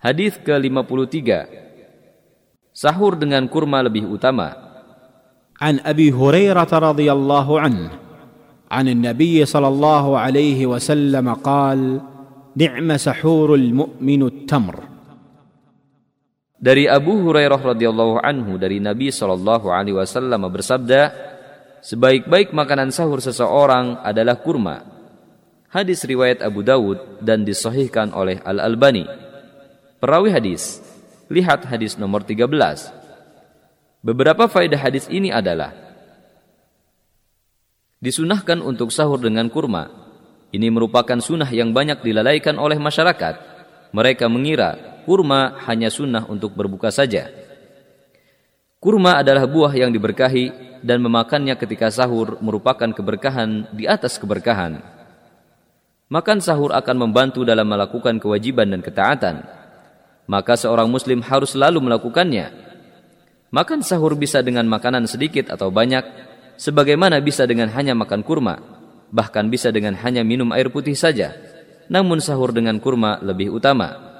Hadis ke-53. Sahur dengan kurma lebih utama. An Abi Hurairah radhiyallahu anhu عن النبي صلى الله عليه وسلم قال نعم سحور المؤمن التمر. Dari Abu Hurairah radhiyallahu anhu dari Nabi sallallahu alaihi wasallam bersabda, sebaik-baik makanan sahur seseorang adalah kurma. Hadis riwayat Abu Dawud dan disahihkan oleh Al-Albani. Perawi hadis, lihat hadis nomor 13. Beberapa faedah hadis ini adalah: disunahkan untuk sahur dengan kurma. Ini merupakan sunnah yang banyak dilalaikan oleh masyarakat. Mereka mengira kurma hanya sunnah untuk berbuka saja. Kurma adalah buah yang diberkahi dan memakannya ketika sahur merupakan keberkahan di atas keberkahan. Makan sahur akan membantu dalam melakukan kewajiban dan ketaatan. Maka seorang muslim harus selalu melakukannya. Makan sahur bisa dengan makanan sedikit atau banyak, sebagaimana bisa dengan hanya makan kurma, bahkan bisa dengan hanya minum air putih saja. Namun sahur dengan kurma lebih utama.